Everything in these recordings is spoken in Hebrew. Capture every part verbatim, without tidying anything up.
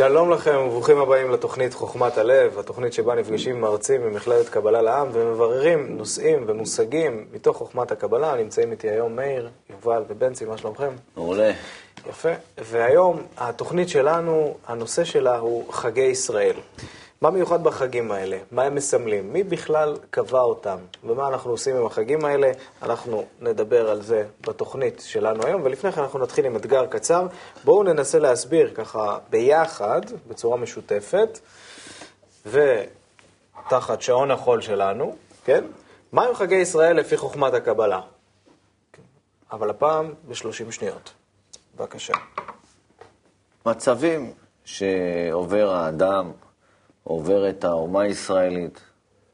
שלום לכם וברוכים הבאים לתוכנית חוכמת הלב, התוכנית שבה נפגשים מרצים ממכללת קבלה לעם ומבררים נושאים ומושגים מתוך חוכמת הקבלה. נמצאים איתי היום מאיר, יובל ובנצי, מה שלומכם? מעולה. יפה. והיום התוכנית שלנו, הנושא שלה הוא חגי ישראל. מה מיוחד בחגים האלה? מה הם מסמלים? מי בכלל קבע אותם? ומה אנחנו עושים עם החגים האלה? אנחנו נדבר על זה בתוכנית שלנו היום, ולפני כן אנחנו נתחיל עם אתגר קצר. בואו ננסה להסביר ככה ביחד, בצורה משותפת, ותחת שעון החול שלנו, כן? מה הם חגי ישראל לפי חוכמת הקבלה? אבל הפעם ב-שלושים שניות. בבקשה. מצבים שעובר האדם, עובר את האומה הישראלית.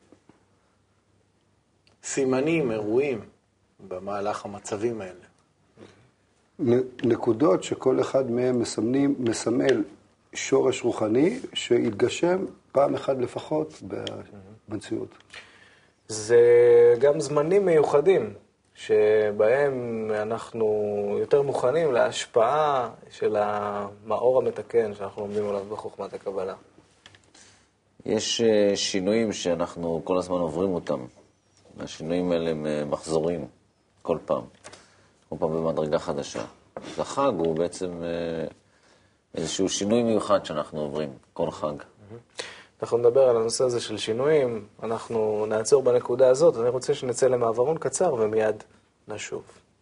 סימנים, אירועים, במהלך המצבים האלה. נקודות שכל אחד מהם מסמנים, מסמל שורש רוחני שהתגשם פעם אחת לפחות במציאות. זה גם זמנים מיוחדים שבהם אנחנו יותר מוכנים להשפעה של המאור המתקן שאנחנו לומדים עליו בחוכמת הקבלה. יש שינויים שאנחנו כל הזמן עוברים אותם. השינויים האלה הם מחזורים כל פעם. כל פעם במדרגה חדשה. החג הוא בעצם איזשהו שינוי מיוחד שאנחנו עוברים, כל חג. אנחנו נדבר על הנושא הזה של שינויים. אנחנו נעצור בנקודה הזאת. אני רוצה שנצא למעברון קצר ומיד נשוב.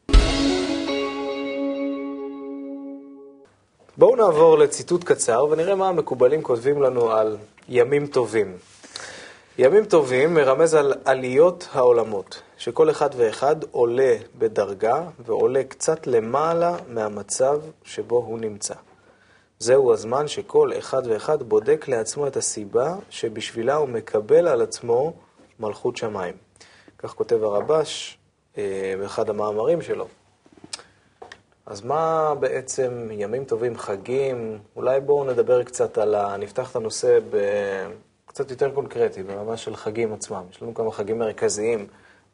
בואו נעבור לציטוט קצר ונראה מה המקובלים כותבים לנו על ימים טובים. ימים טובים מרמז על עליות העולמות, שכל אחד ואחד עולה בדרגה ועולה קצת למעלה מהמצב שבו הוא נמצא. זהו הזמן שכל אחד ואחד בודק לעצמו את הסיבה שבשבילה הוא מקבל על עצמו מלכות שמיים. כך כותב הרבש באחד המאמרים שלו. אז מה בעצם ימים טובים, חגים? אולי בואו נדבר קצת על ה... נפתח את הנושא בקצת יותר קונקרטי, ברמה של חגים עצמם. יש לנו כמה חגים מרכזיים,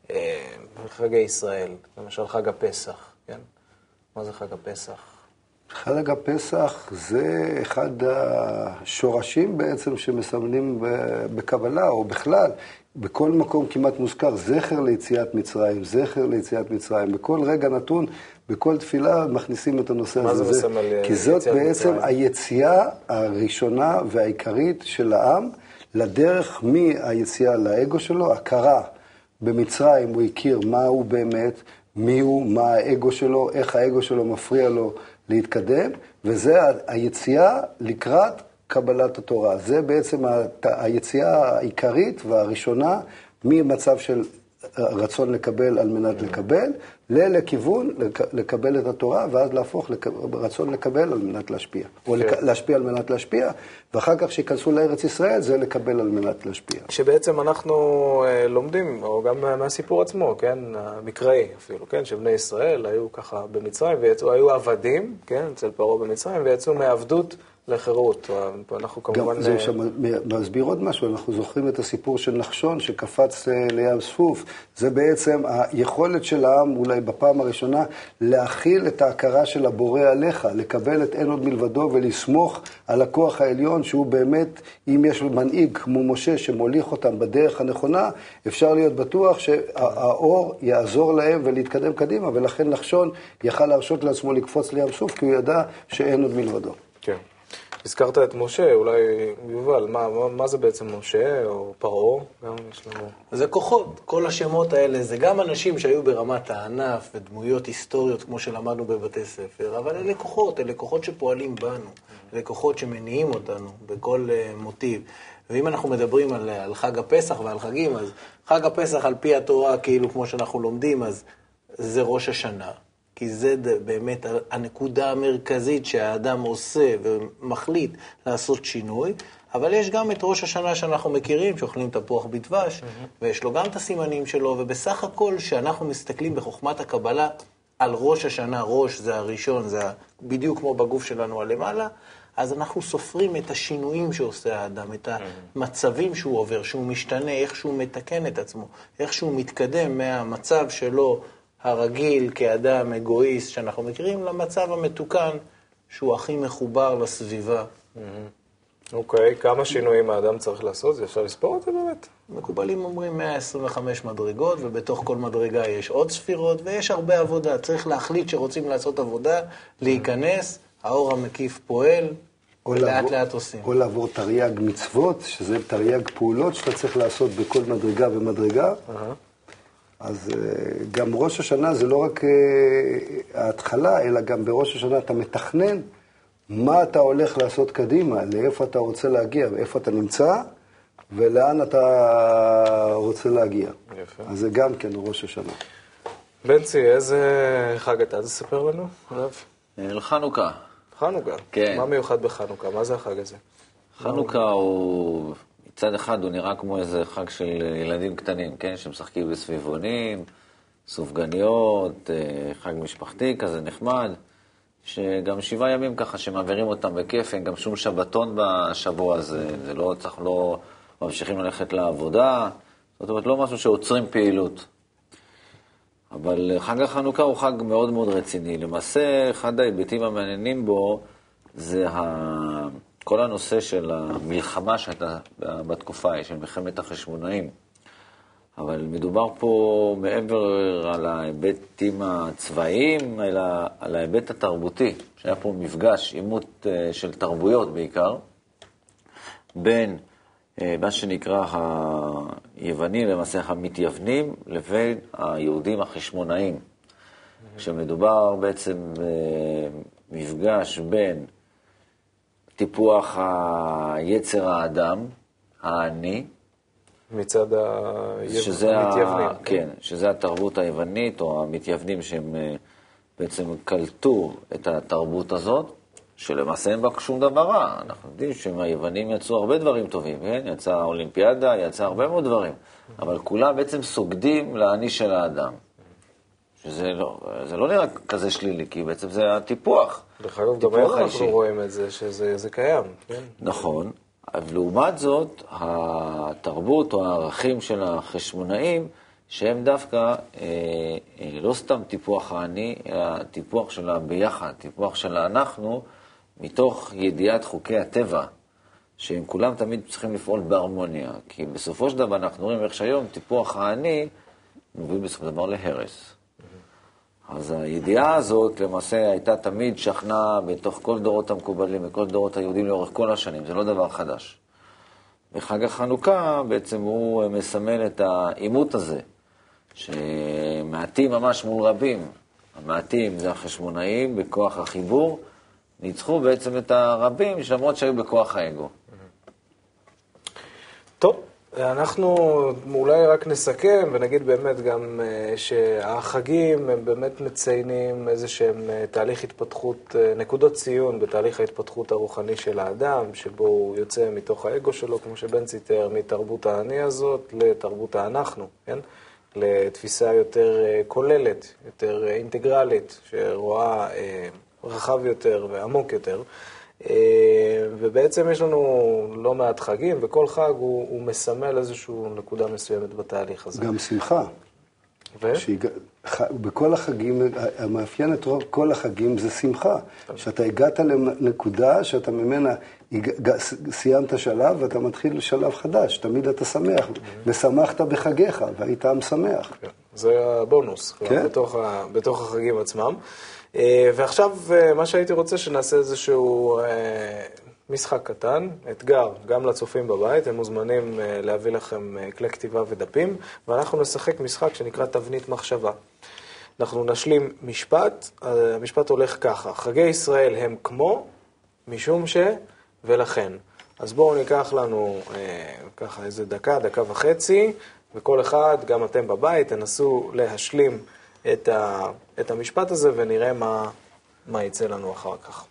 חגי ישראל, למשל חג הפסח, כן? מה זה חג הפסח? חג הפסח זה אחד השורשים בעצם שמסמנים בקבלה או בכלל. בכל מקום כמעט מוזכר זכר ליציאת מצרים, זכר ליציאת מצרים. בכל רגע נתון, בכל תפילה מכניסים את הנושא הזה. מה זה מסמל יציאת מצרים? כי זאת בעצם היציאה הראשונה והעיקרית של העם לדרך מהיציאה לאגו שלו, הכרה. במצרים הוא הכיר מה הוא באמת, מי הוא, מה האגו שלו, איך האגו שלו מפריע לו להתקדם, וזה היציאה לקראת קבלת התורה. זה בעצם היציאה העיקרית והראשונה ממצב של רצון לקבל על מנת לקבל, לכיוון לקבל את התורה, ואז להפוך רצון לקבל על מנת להשפיע. או להשפיע על מנת להשפיע, ואחר כך שיכנסו לארץ ישראל, זה לקבל על מנת להשפיע. שבעצם אנחנו לומדים, או גם מהסיפור עצמו, כן, המקראי אפילו, כן, שבני ישראל היו ככה במצרים, ויצאו, היו עבדים, כן, אצל פרעה במצרים, ויצאו מעבדות לחירות. אנחנו כמובן... גם זה מסביר עוד משהו, אנחנו זוכרים את הסיפור של נחשון שקפץ לים ספוף. זה בעצם היכולת של העם, אולי בפעם הראשונה, להכיל את ההכרה של הבורא עליך, לקבל את אין עוד מלבדו ולסמוך על הכוח העליון, שהוא באמת, אם יש מנהיג כמו משה שמוליך אותם בדרך הנכונה, אפשר להיות בטוח שהאור יעזור להם ולהתקדם קדימה, ולכן נחשון יכל להרשות לעצמו לקפוץ לים ספוף, כי הוא ידע שאין עוד מלבדו. כן. הזכרת את משה, אולי יובל, מה, מה, מה זה בעצם משה או פרעה? גם יש לנו... זה כוחות, כל השמות האלה, זה גם אנשים שהיו ברמת הענף ודמויות היסטוריות כמו שלמדנו בבתי ספר, אבל אלה כוחות, אלה כוחות שפועלים בנו, אלה כוחות שמניעים אותנו בכל uh, מוטיב. ואם אנחנו מדברים על, על חג הפסח ועל חגים, אז חג הפסח על פי התורה, כאילו כמו שאנחנו לומדים, אז זה ראש השנה. כי זה באמת הנקודה המרכזית שהאדם עושה ומחליט לעשות שינוי, אבל יש גם את ראש השנה שאנחנו מכירים, שאוכלים תפוח בדבש, mm-hmm. ויש לו גם את הסימנים שלו, ובסך הכל שאנחנו מסתכלים בחוכמת הקבלה על ראש השנה, ראש זה הראשון, זה בדיוק כמו בגוף שלנו על למעלה, אז אנחנו סופרים את השינויים שעושה האדם, את המצבים שהוא עובר, שהוא משתנה, איך שהוא מתקן את עצמו, איך שהוא מתקדם מהמצב שלו, הרגיל כאדם אגואיסט שאנחנו מכירים, למצב המתוקן שהוא הכי מחובר לסביבה. אוקיי, כמה שינויים האדם צריך לעשות? זה אפשר לספור את זה באמת? מקובלים אומרים מאה עשרים וחמש מדרגות, ובתוך כל מדרגה יש עוד ספירות, ויש הרבה עבודה. צריך להחליט שרוצים לעשות עבודה, להיכנס, האור המקיף פועל, ולאט לאט עושים. או לעבור תרי"ג מצוות, שזה תרי"ג פעולות שאתה צריך לעשות בכל מדרגה ומדרגה. אז גם ראש השנה זה לא רק ההתחלה, אלא גם בראש השנה אתה מתכנן מה אתה הולך לעשות קדימה, לאיפה אתה רוצה להגיע, ואיפה אתה נמצא, ולאן אתה רוצה להגיע. יפה. אז זה גם כן ראש השנה. בנצי, איזה חג אתה תספר לנו עליו? לחנוכה. חנוכה? כן. מה מיוחד בחנוכה? מה זה החג הזה? חנוכה הוא, מצד אחד הוא נראה כמו איזה חג של ילדים קטנים, כן? שמשחקים בסביבונים, סופגניות, חג משפחתי כזה נחמד, שגם שבעה ימים ככה שמעבירים אותם בכיף, אין גם שום שבתון בשבוע הזה, זה לא צריך, לא ממשיכים ללכת לעבודה, זאת אומרת לא משהו שעוצרים פעילות. אבל חג החנוכה הוא חג מאוד מאוד רציני. למעשה, אחד ההיבטים המעניינים בו זה ה... כל הנושא של המלחמה שהייתה בתקופה ההיא, של מלחמת החשמונאים. אבל מדובר פה מעבר על ההיבטים הצבאיים, אלא על ההיבט התרבותי, שהיה פה מפגש, עימות של תרבויות בעיקר, בין מה שנקרא היוונים, למעשה המתייוונים, לבין היהודים החשמונאים. כשמדובר בעצם מפגש בין טיפוח היצר האדם, העני, מצד שזה המתייוונים. ה... כן, שזה התרבות היוונית, או המתייוונים שהם בעצם קלטו את התרבות הזאת, שלמעשה אין בה שום דבר רע. אנחנו יודעים שהיוונים יצאו הרבה דברים טובים, כן? יצא האולימפיאדה, יצא הרבה מאוד דברים, אבל כולם בעצם סוגדים לעני של האדם. שזה לא, זה לא נראה כזה שלילי, כי בעצם זה הטיפוח. דרך אגב, גם היום אנחנו רואים את זה, שזה זה קיים. כן? נכון. אבל לעומת זאת, התרבות או הערכים של החשמונאים, שהם דווקא אה, אה, לא סתם טיפוח העני, אלא טיפוח שלה ביחד, טיפוח שלה אנחנו, מתוך ידיעת חוקי הטבע, שהם כולם תמיד צריכים לפעול בהרמוניה. כי בסופו של דבר אנחנו רואים איך שהיום טיפוח העני מוביל בסופו של דבר להרס. אז הידיעה הזאת למעשה הייתה תמיד שכנה בתוך כל דורות המקובלים, בכל דורות היהודים לאורך כל השנים, זה לא דבר חדש. וחג החנוכה בעצם הוא מסמל את העימות הזה, שמעטים ממש מול רבים, המעטים זה החשמונאים בכוח החיבור, ניצחו בעצם את הרבים שלמרות שהיו בכוח האגו. טוב. אנחנו אולי רק נסכם ונגיד באמת גם שהחגים הם באמת מציינים איזה שהם תהליך התפתחות, נקודות ציון בתהליך ההתפתחות הרוחני של האדם, שבו הוא יוצא מתוך האגו שלו, כמו שבן ציטר, מתרבות העני הזאת לתרבות האנחנו, כן? לתפיסה יותר כוללת, יותר אינטגרלית, שרואה רחב יותר ועמוק יותר. ובעצם יש לנו לא מעט חגים, וכל חג הוא, הוא מסמל איזושהי נקודה מסוימת בתהליך הזה. גם שמחה. ו? שיג... בכל החגים, המאפיין את רוב כל החגים זה שמחה. שאתה הגעת לנקודה שאתה ממנה סיימת שלב ואתה מתחיל שלב חדש. תמיד אתה שמח, ושמחת בחגיך, והיית עם שמח. זה הבונוס, כן? בתוך, ה... בתוך החגים עצמם. ועכשיו מה שהייתי רוצה שנעשה איזשהו משחק קטן, אתגר גם לצופים בבית, הם מוזמנים להביא לכם כלי כתיבה ודפים, ואנחנו נשחק משחק שנקרא תבנית מחשבה. אנחנו נשלים משפט, המשפט הולך ככה, חגי ישראל הם כמו, משום ש, ולכן. אז בואו ניקח לנו ככה איזה דקה, דקה וחצי, וכל אחד, גם אתם בבית, תנסו להשלים את, ה, את המשפט הזה ונראה מה, מה יצא לנו אחר כך.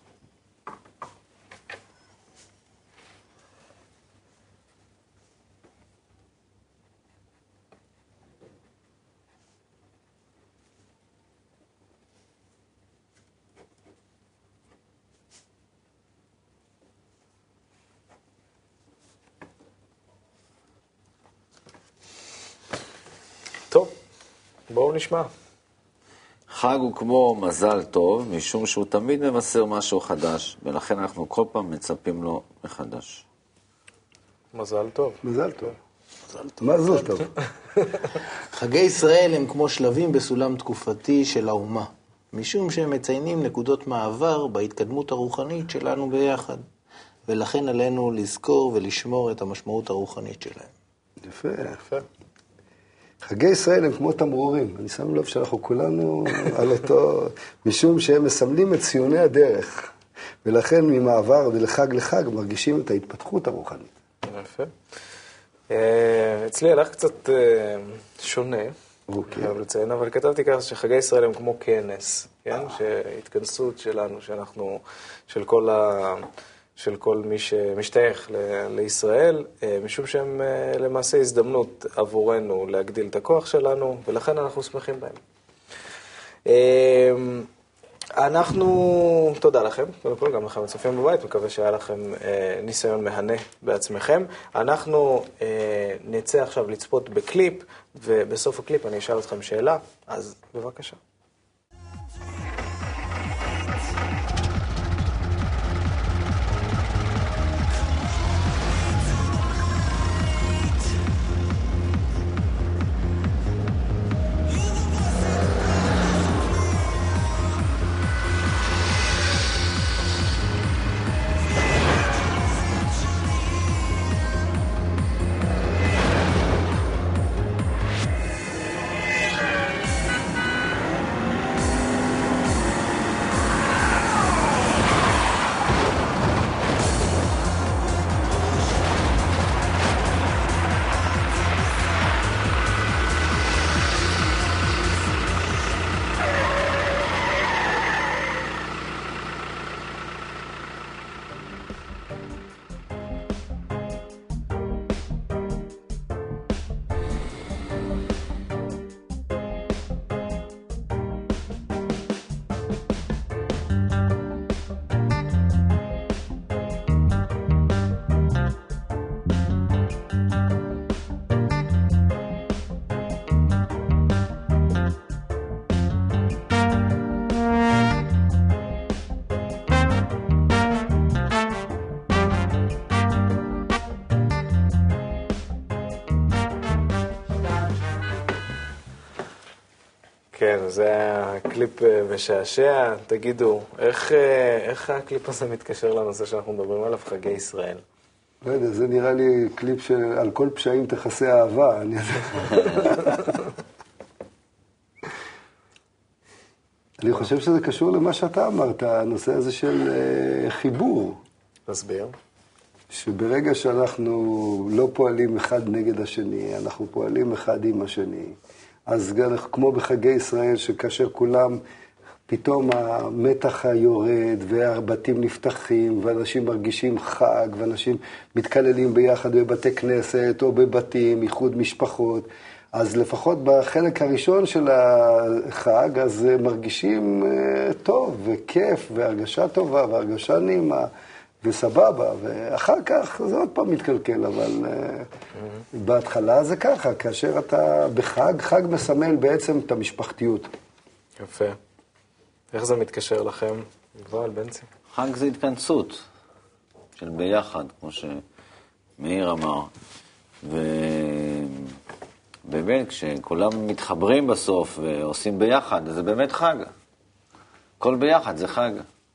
טוב, בואו נשמע. חג הוא כמו מזל טוב, משום שהוא תמיד מבשר משהו חדש, ולכן אנחנו כל פעם מצפים לו מחדש. מזל טוב. מזל טוב. מזל טוב. חגי ישראל הם כמו שלבים בסולם תקופתי של האומה, משום שהם מציינים נקודות מעבר בהתקדמות הרוחנית שלנו ביחד, ולכן עלינו לזכור ולשמור את המשמעות הרוחנית שלהם. יפה. יפה. חגי ישראל הם כמו תמרורים. אני שם לב שאנחנו כולנו על אותו, משום שהם מסמלים את ציוני הדרך, ולכן ממעבר לחג לחג מרגישים את ההתפתחות הרוחנית. יפה. אצלי הלך קצת שונה, חייב לציין, אבל כתבתי ככה שחגי ישראל הם כמו כנס, כן? שהתכנסות שלנו, שאנחנו, של כל ה... של כל מי שמשתייך ל- לישראל, משום שהם למעשה הזדמנות עבורנו להגדיל את הכוח שלנו, ולכן אנחנו שמחים בהם. אנחנו, תודה לכם, קודם כל גם לכם הצופים בבית, מקווה שהיה לכם ניסיון מהנה בעצמכם. אנחנו נצא עכשיו לצפות בקליפ, ובסוף הקליפ אני אשאל אתכם שאלה, אז בבקשה. כן, זה היה קליפ משעשע. תגידו, איך, איך הקליפ הזה מתקשר לנושא שאנחנו מדברים עליו, חגי ישראל? לא יודע, זה נראה לי קליפ שעל כל פשעים תכסה אהבה. אני, אני חושב שזה קשור למה שאתה אמרת, הנושא הזה של חיבור. תסביר. שברגע שאנחנו לא פועלים אחד נגד השני, אנחנו פועלים אחד עם השני, אז כמו בחגי ישראל, שכאשר כולם, פתאום המתח היורד, והבתים נפתחים, ואנשים מרגישים חג, ואנשים מתקללים ביחד בבתי כנסת, או בבתים, איחוד משפחות, אז לפחות בחלק הראשון של החג, אז מרגישים טוב, וכיף, והרגשה טובה, והרגשה נעימה, וסבבה, ואחר כך זה עוד פעם מתקלקל, אבל mm-hmm. בהתחלה זה ככה, כאשר אתה בחג, חג מסמל בעצם את המשפחתיות. יפה. איך זה מתקשר לכם? יובל, בנצי. חג זה התכנסות של ביחד, כמו שמאיר אמר. ובאמת, כשכולם מתחברים בסוף ועושים ביחד, זה באמת חג. כל ביחד זה חג.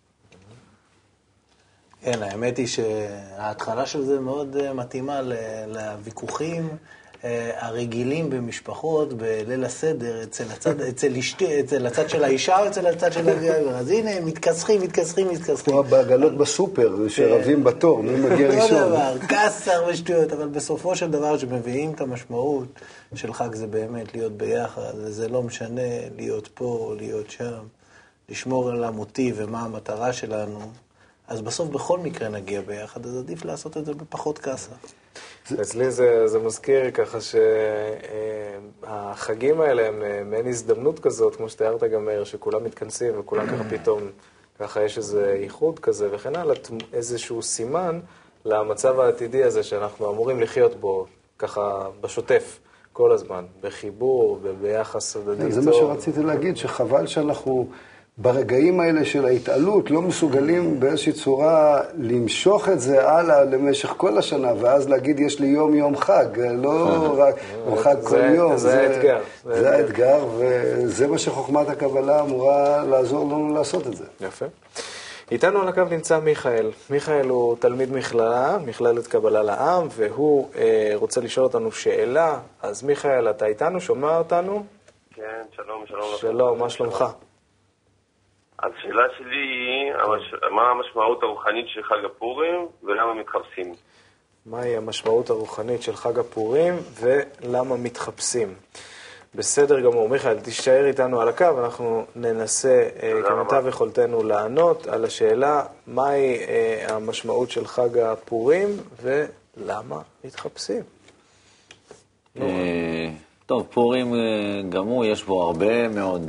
כן, האמת היא שההתחלה של זה מאוד מתאימה לוויכוחים הרגילים במשפחות בליל הסדר, אצל הצד, אצל אשתי, אצל הצד של האישה או אצל הצד של הגבר. אז הנה, מתכסחים, מתכסחים, מתכסחים. כמו בעגלות בסופר, שרבים בתור, מי מגיע ראשון. לא דבר, קסר ושטויות, אבל בסופו של דבר שמביאים את המשמעות של חג זה באמת להיות ביחד, וזה לא משנה להיות פה או להיות שם, לשמור על המוטיב ומה המטרה שלנו. אז בסוף בכל מקרה נגיע ביחד, אז עדיף לעשות את זה בפחות כסה. אצלי זה, זה מזכיר ככה שהחגים האלה הם מעין הזדמנות כזאת, כמו שתיארת גם מאיר, שכולם מתכנסים וכולם ככה פתאום, ככה יש איזה ייחוד כזה וכן הלאה, איזשהו סימן למצב העתידי הזה שאנחנו אמורים לחיות בו ככה בשוטף כל הזמן, בחיבור, ביחס הדדי. זה מה שרציתי להגיד, שחבל שאנחנו ברגעים האלה של ההתעלות לא מסוגלים באיזושהי צורה למשוך את זה הלאה למשך כל השנה, ואז להגיד יש לי יום יום חג, לא רק חג כל יום. זה האתגר. זה האתגר, וזה מה שחוכמת הקבלה אמורה לעזור לנו לעשות את זה. יפה. איתנו על הקו נמצא מיכאל. מיכאל הוא תלמיד מכללה, מכללת קבלה לעם, והוא אה, רוצה לשאול אותנו שאלה. אז מיכאל, אתה איתנו? שומע אותנו? כן, שלום, שלום. שלום, מה שלומך? אז השאלה שלי היא, המש... מה המשמעות הרוחנית של חג הפורים ולמה מתחפשים? מהי המשמעות הרוחנית של חג הפורים ולמה מתחפשים? בסדר גמור, מיכאל, תישאר איתנו על הקו, אנחנו ננסה כמיטב יכולתנו לענות על השאלה מהי המשמעות של חג הפורים ולמה מתחפשים. טוב, פורים גם הוא, יש בו הרבה מאוד,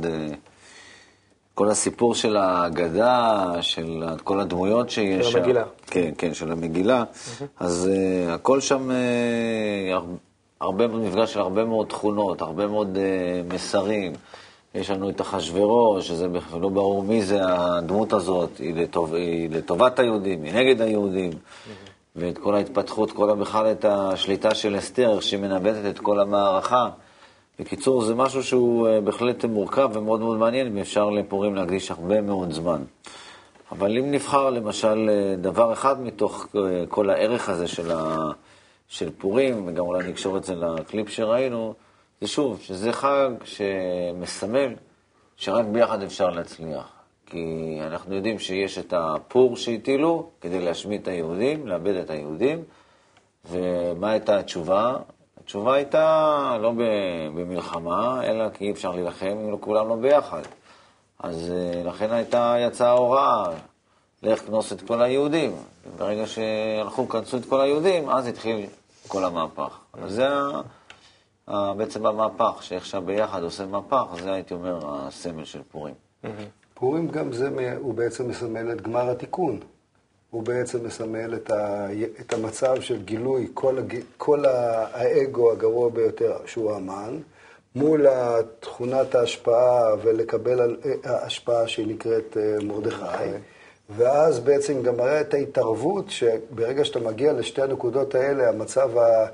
כל הסיפור של ההגדה, של כל הדמויות שיש. של המגילה. כן, כן, של המגילה. אז הכל שם הרבה מפגש של הרבה מאוד תכונות, הרבה מאוד uh, מסרים. יש לנו את אחשוורוש, שזה לא ברור מי זה הדמות הזאת, היא, לטוב, היא לטובת היהודים, היא נגד היהודים. Mm-hmm. ואת כל ההתפתחות, כל בכלל את השליטה של אסתר, איך שהיא מנבטת את כל המערכה. בקיצור, זה משהו שהוא uh, בהחלט מורכב ומאוד מאוד מעניין, ואפשר לפורים להקדיש הרבה מאוד זמן. אבל אם נבחר למשל דבר אחד מתוך uh, כל הערך הזה של ה... של פורים, וגם אולי נקשור את זה לקליפ שראינו, זה שוב, שזה חג שמסמל שרק ביחד אפשר להצליח. כי אנחנו יודעים שיש את הפור שהטילו כדי להשמיד את היהודים, לאבד את היהודים, ומה הייתה התשובה? התשובה הייתה לא במלחמה, אלא כי אי אפשר להילחם אם לא כולם לא ביחד. אז לכן הייתה יצאה הוראה, לך כנוס את כל היהודים. ברגע שהלכו כנסו את כל היהודים, אז התחיל כל המהפך. אז זה בעצם המהפך, שאיך ביחד עושה מהפך, זה הייתי אומר הסמל של פורים. פורים גם זה, הוא בעצם מסמל את גמר התיקון. הוא בעצם מסמל את, ה, את המצב של גילוי כל, הג, כל האגו הגרוע ביותר, שהוא המן, מול תכונת ההשפעה ולקבל ההשפעה שהיא נקראת מרדכי. ואז בעצם גם מראה את ההתערבות שברגע שאתה מגיע לשתי הנקודות האלה, המצב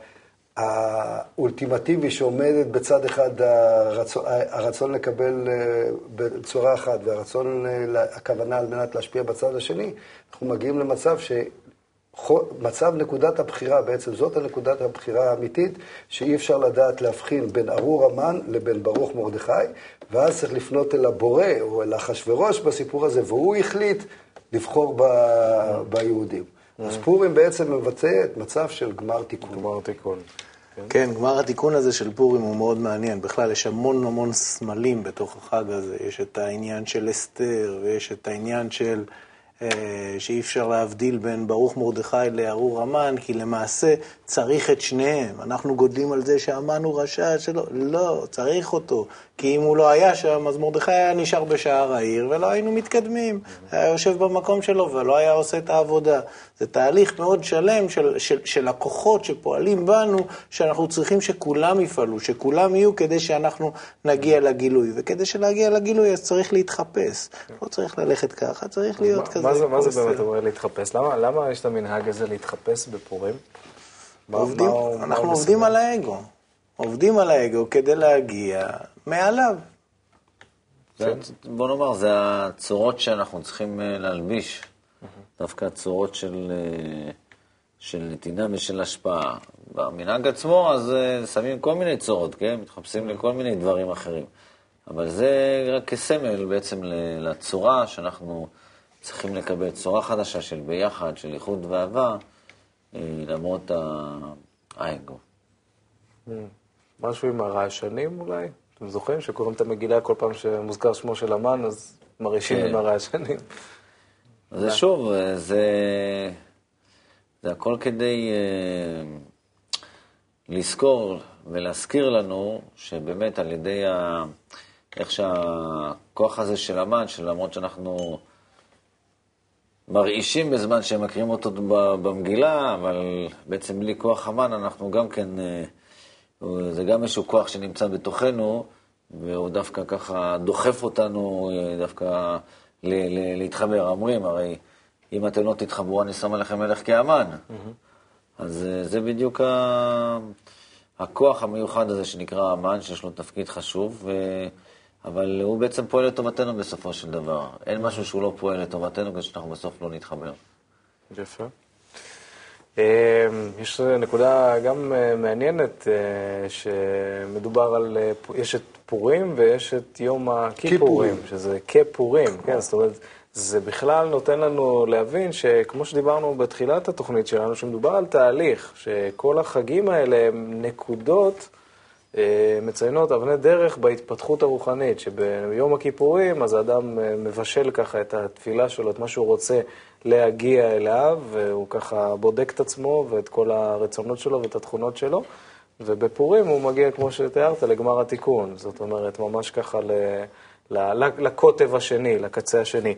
האולטימטיבי שעומדת בצד אחד הרצון, הרצון לקבל בצורה אחת והרצון, הכוונה על מנת להשפיע בצד השני, אנחנו מגיעים למצב ש... מצב נקודת הבחירה, בעצם זאת הנקודת הבחירה האמיתית, שאי אפשר לדעת להבחין בין ארור המן לבין ברוך מרדכי, ואז צריך לפנות אל הבורא או אל אחשוורוש בסיפור הזה, והוא החליט לבחור ב... ביהודים. אז פורים בעצם מבטא את מצב של גמר תיקון. גמר תיקון. כן, גמר התיקון הזה של פורים הוא מאוד מעניין. בכלל, יש המון המון סמלים בתוך החג הזה. יש את העניין של אסתר, ויש את העניין של... שאי אפשר להבדיל בין ברוך מרדכי לארור המן, כי למעשה צריך את שניהם. אנחנו גודלים על זה שהמן הוא רשע שלו. לא, צריך אותו. כי אם הוא לא היה שם, אז מרדכי היה נשאר בשער העיר, ולא היינו מתקדמים. היה יושב במקום שלו, ולא היה עושה את העבודה. זה תהליך מאוד שלם של, של, של הכוחות שפועלים בנו, שאנחנו צריכים שכולם יפעלו, שכולם יהיו כדי שאנחנו נגיע לגילוי. וכדי שלהגיע לגילוי, אז צריך להתחפש. לא צריך ללכת ככה, צריך להיות כזה. מה זה, מה זה באמת אומר להתחפש? למה, למה יש את המנהג הזה להתחפש בפורים? עובדים, מה, אנחנו מה עובדים מסוגל? על האגו. עובדים על האגו כדי להגיע מעליו. זה, בוא נאמר, זה הצורות שאנחנו צריכים להלביש. דווקא הצורות של, של נתינה ושל השפעה. במנהג עצמו, אז שמים כל מיני צורות, כן? מתחפשים לכל מיני דברים אחרים. אבל זה רק כסמל בעצם לצורה שאנחנו צריכים לקבל, צורה חדשה של ביחד, של איחוד ואהבה, למרות האגו. משהו עם הרעשנים אולי? אתם זוכרים שקוראים את המגילה כל פעם שמוזכר שמו של המן, אז מרעישים עם הרעשנים. זה שוב, זה, זה הכל כדי לזכור ולהזכיר לנו שבאמת על ידי ה... איך שהכוח הזה של המן, שלמרות שאנחנו מרעישים בזמן שהם מכירים אותו במגילה, אבל בעצם בלי כוח המן אנחנו גם כן, זה גם איזשהו כוח שנמצא בתוכנו, והוא דווקא ככה דוחף אותנו דווקא ל- ל- להתחבר. אומרים, הרי אם אתם לא תתחברו, אני שם עליכם מלך כאמן. Mm-hmm. אז זה בדיוק ה... הכוח המיוחד הזה שנקרא אמן, שיש לו תפקיד חשוב, ו... אבל הוא בעצם פועל לטובתנו בסופו של דבר. אין משהו שהוא לא פועל לטובתנו, כדי שאנחנו בסוף לא נתחבר. יפה. יש נקודה גם מעניינת, שמדובר על, יש את פורים ויש את יום הכיפורים, שזה כפורים, כן, זאת אומרת, זה בכלל נותן לנו להבין שכמו שדיברנו בתחילת התוכנית שלנו, שמדובר על תהליך, שכל החגים האלה הם נקודות מציינות אבני דרך בהתפתחות הרוחנית, שביום הכיפורים אז האדם מבשל ככה את התפילה שלו, את מה שהוא רוצה להגיע אליו, והוא ככה בודק את עצמו ואת כל הרצונות שלו ואת התכונות שלו, ובפורים הוא מגיע, כמו שתיארת, לגמר התיקון. זאת אומרת, ממש ככה ל... לקוטב השני, לקצה השני.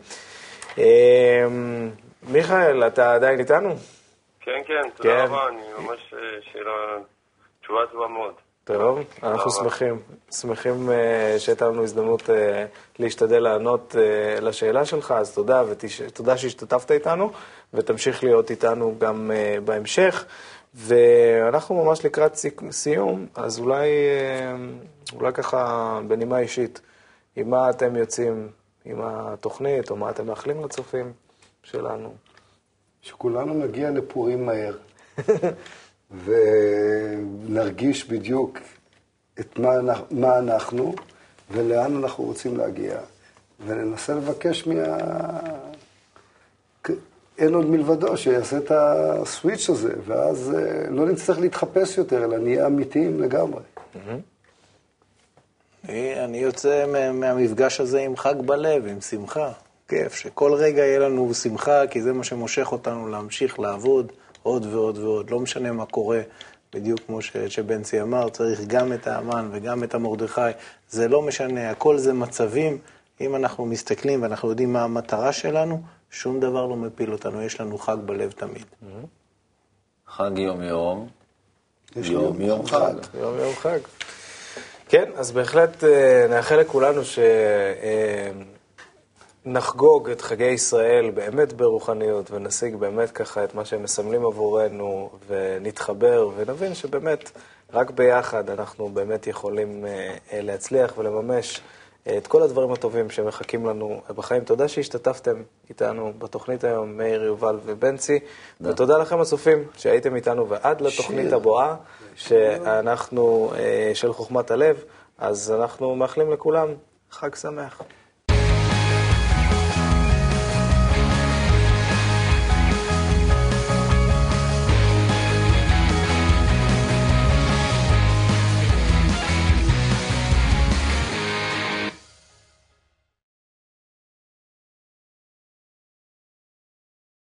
מיכאל, אתה עדיין איתנו? כן, כן, תודה רבה, אני ממש שאלה, תשובה טובה מאוד. טוב, אנחנו שמחים, שמחים שהייתה לנו הזדמנות להשתדל לענות לשאלה שלך, אז תודה, ותודה שהשתתפת איתנו, ותמשיך להיות איתנו גם בהמשך, ואנחנו ממש לקראת סיום, אז אולי, אולי ככה בנימה אישית, עם מה אתם יוצאים עם התוכנית, או מה אתם מאחלים לצופים שלנו? שכולנו נגיע לפורים מהר, ונרגיש בדיוק את מה, מה אנחנו, ולאן אנחנו רוצים להגיע, וננסה לבקש מה... אין עוד מלבדו שיעשה את הסוויץ' הזה, ואז לא נצטרך להתחפש יותר, אלא נהיה אמיתיים לגמרי. אני יוצא מהמפגש הזה עם חג בלב, עם שמחה. כיף, שכל רגע יהיה לנו שמחה, כי זה מה שמושך אותנו להמשיך לעבוד עוד ועוד ועוד. לא משנה מה קורה, בדיוק כמו שבנצי אמר, צריך גם את האמן וגם את המרדכי. זה לא משנה, הכל זה מצבים. אם אנחנו מסתכלים ואנחנו יודעים מה המטרה שלנו, שום דבר לא מפיל אותנו, יש לנו חג בלב תמיד. חג יום יום, יום יום חג. יום יום חג. כן, אז בהחלט נאחל לכולנו שנחגוג את חגי ישראל באמת ברוחניות, ונשיג באמת ככה את מה שהם מסמלים עבורנו, ונתחבר, ונבין שבאמת רק ביחד אנחנו באמת יכולים להצליח ולממש את כל הדברים הטובים שמחכים לנו בחיים. תודה שהשתתפתם איתנו בתוכנית היום, מאיר, יובל ובנצי, ותודה לכם הצופים שהייתם איתנו, ועד לתוכנית הבאה שאנחנו של חוכמת הלב, אז אנחנו מאחלים לכולם חג שמח.